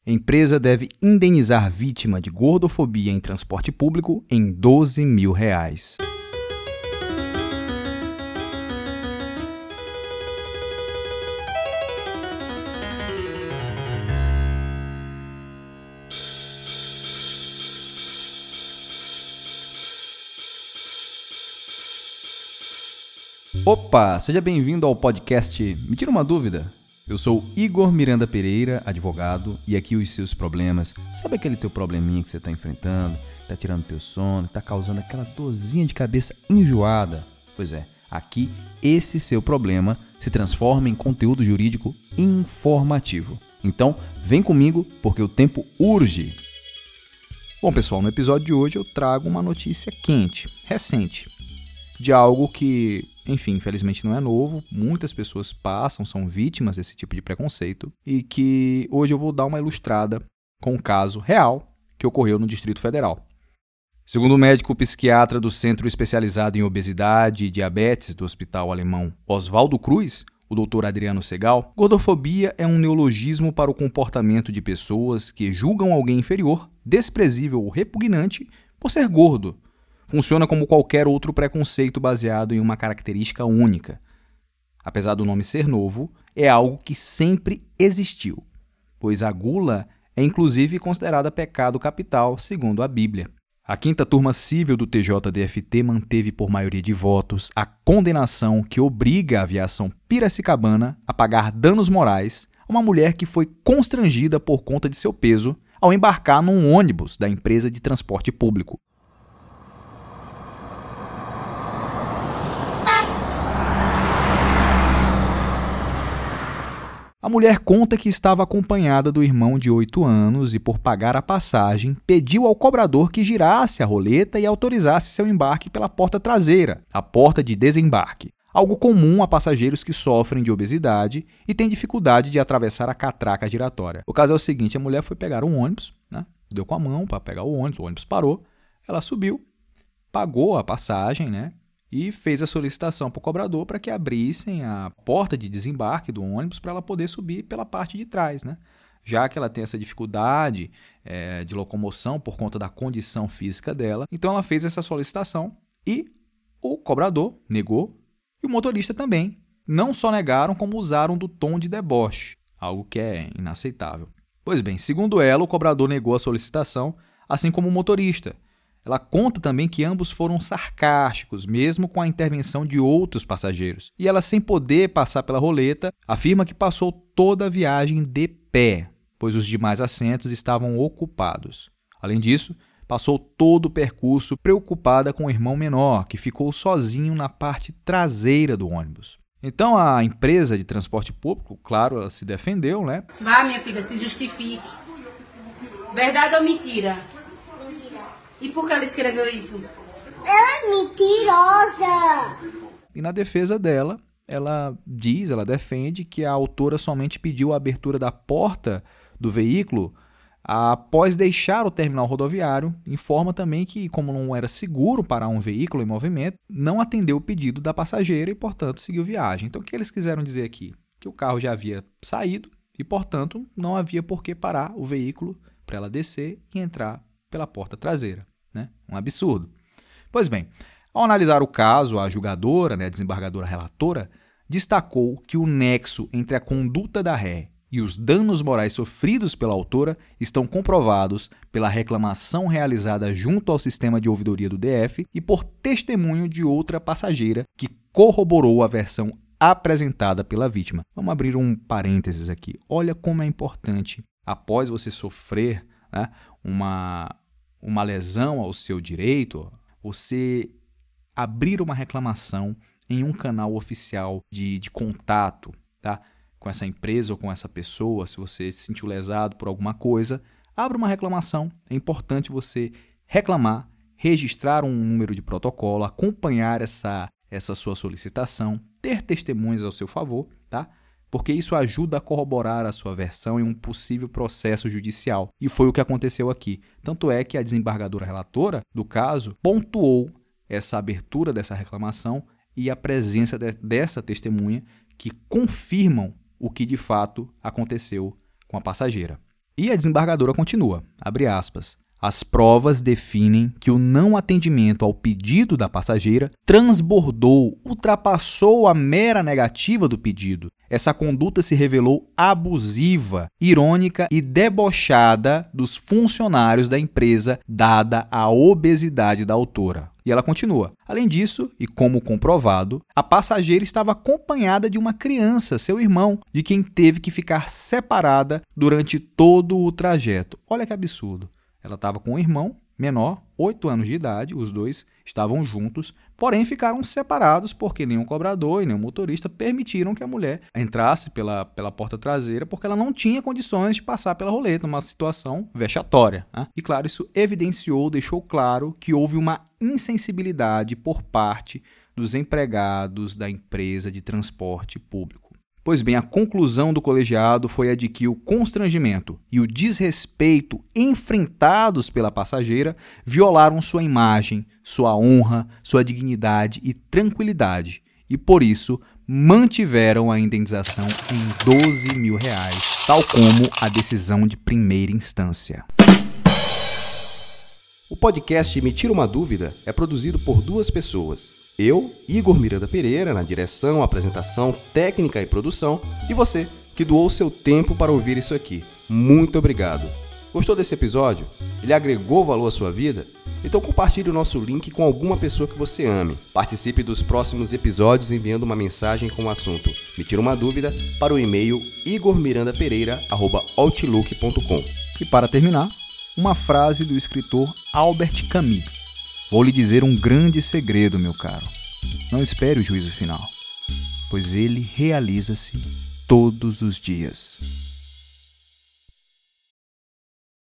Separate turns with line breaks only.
Empresa deve indenizar vítima de gordofobia em transporte público em R$12 mil. Opa, seja bem-vindo ao podcast Me Tira uma Dúvida. Eu sou Igor Miranda Pereira, advogado, e aqui os seus problemas. Sabe aquele teu probleminha que você está enfrentando, está tirando teu sono, está causando aquela dorzinha de cabeça enjoada? Pois é, aqui esse seu problema se transforma em conteúdo jurídico informativo. Então, vem comigo porque o tempo urge. Bom, pessoal, no episódio de hoje eu trago uma notícia quente, recente, de algo que, enfim, infelizmente não é novo, muitas pessoas são vítimas desse tipo de preconceito e que hoje eu vou dar uma ilustrada com um caso real que ocorreu no Distrito Federal. Segundo o médico psiquiatra do Centro Especializado em Obesidade e Diabetes do Hospital Alemão Oswaldo Cruz, o Dr. Adriano Segal, gordofobia é um neologismo para o comportamento de pessoas que julgam alguém inferior, desprezível ou repugnante por ser gordo. Funciona como qualquer outro preconceito baseado em uma característica única. Apesar do nome ser novo, é algo que sempre existiu, pois a gula é inclusive considerada pecado capital, segundo a Bíblia. A 5ª Turma Cível do TJDFT manteve por maioria de votos a condenação que obriga a aviação Piracicabana a pagar danos morais a uma mulher que foi constrangida por conta de seu peso ao embarcar num ônibus da empresa de transporte público. A mulher conta que estava acompanhada do irmão de 8 anos e, por pagar a passagem, pediu ao cobrador que girasse a roleta e autorizasse seu embarque pela porta traseira, a porta de desembarque, algo comum a passageiros que sofrem de obesidade e têm dificuldade de atravessar a catraca giratória. O caso é o seguinte, a mulher foi pegar um ônibus, deu com a mão para pegar o ônibus parou, ela subiu, pagou a passagem, e fez a solicitação para o cobrador para que abrissem a porta de desembarque do ônibus para ela poder subir pela parte de trás, Já que ela tem essa dificuldade de locomoção por conta da condição física dela. Então ela fez essa solicitação e o cobrador negou e o motorista também. Não só negaram, como usaram do tom de deboche, algo que é inaceitável. Pois bem, segundo ela, o cobrador negou a solicitação, assim como o motorista. Ela conta também que ambos foram sarcásticos, mesmo com a intervenção de outros passageiros. E ela, sem poder passar pela roleta, afirma que passou toda a viagem de pé, pois os demais assentos estavam ocupados. Além disso, passou todo o percurso preocupada com o irmão menor, que ficou sozinho na parte traseira do ônibus. Então a empresa de transporte público, claro, ela se defendeu,
Vá, minha filha, se justifique. Verdade ou mentira? E por que ela escreveu isso?
Ela é mentirosa!
E na defesa dela, ela defende que a autora somente pediu a abertura da porta do veículo após deixar o terminal rodoviário. Informa também que, como não era seguro parar um veículo em movimento, não atendeu o pedido da passageira e, portanto, seguiu viagem. Então, o que eles quiseram dizer aqui? Que o carro já havia saído e, portanto, não havia por que parar o veículo para ela descer e entrar pela porta traseira. Um absurdo. Pois bem, ao analisar o caso, a julgadora, a desembargadora relatora, destacou que o nexo entre a conduta da ré e os danos morais sofridos pela autora estão comprovados pela reclamação realizada junto ao sistema de ouvidoria do DF e por testemunho de outra passageira que corroborou a versão apresentada pela vítima. Vamos abrir um parênteses aqui. Olha como é importante, após você sofrer uma lesão ao seu direito, você abrir uma reclamação em um canal oficial de contato, com essa empresa ou com essa pessoa. Se você se sentiu lesado por alguma coisa, abra uma reclamação. É importante você reclamar, registrar um número de protocolo, acompanhar essa sua solicitação, ter testemunhas ao seu favor, porque isso ajuda a corroborar a sua versão em um possível processo judicial. E foi o que aconteceu aqui. Tanto é que a desembargadora relatora do caso pontuou essa abertura dessa reclamação e a presença dessa testemunha que confirmam o que de fato aconteceu com a passageira. E a desembargadora continua, abre aspas. As provas definem que o não atendimento ao pedido da passageira transbordou, ultrapassou a mera negativa do pedido. Essa conduta se revelou abusiva, irônica e debochada dos funcionários da empresa, dada a obesidade da autora. E ela continua. Além disso, e como comprovado, a passageira estava acompanhada de uma criança, seu irmão, de quem teve que ficar separada durante todo o trajeto. Olha que absurdo. Ela estava com um irmão menor, 8 anos de idade, os dois estavam juntos, porém ficaram separados porque nenhum cobrador e nenhum motorista permitiram que a mulher entrasse pela porta traseira porque ela não tinha condições de passar pela roleta, uma situação vexatória, né? E claro, isso evidenciou, deixou claro que houve uma insensibilidade por parte dos empregados da empresa de transporte público. Pois bem, a conclusão do colegiado foi a de que o constrangimento e o desrespeito enfrentados pela passageira violaram sua imagem, sua honra, sua dignidade e tranquilidade e, por isso, mantiveram a indenização em R$12 mil, tal como a decisão de primeira instância.
O podcast Me Tira Uma Dúvida é produzido por 2 pessoas. Eu, Igor Miranda Pereira, na direção, apresentação, técnica e produção, e você, que doou seu tempo para ouvir isso aqui. Muito obrigado. Gostou desse episódio? Ele agregou valor à sua vida? Então compartilhe o nosso link com alguma pessoa que você ame. Participe dos próximos episódios enviando uma mensagem com o assunto Me Tira Uma Dúvida para o e-mail igormirandapereira@outlook.com.
E para terminar, uma frase do escritor Albert Camus. Vou lhe dizer um grande segredo, meu caro. Não espere o juízo final, pois ele realiza-se todos os dias.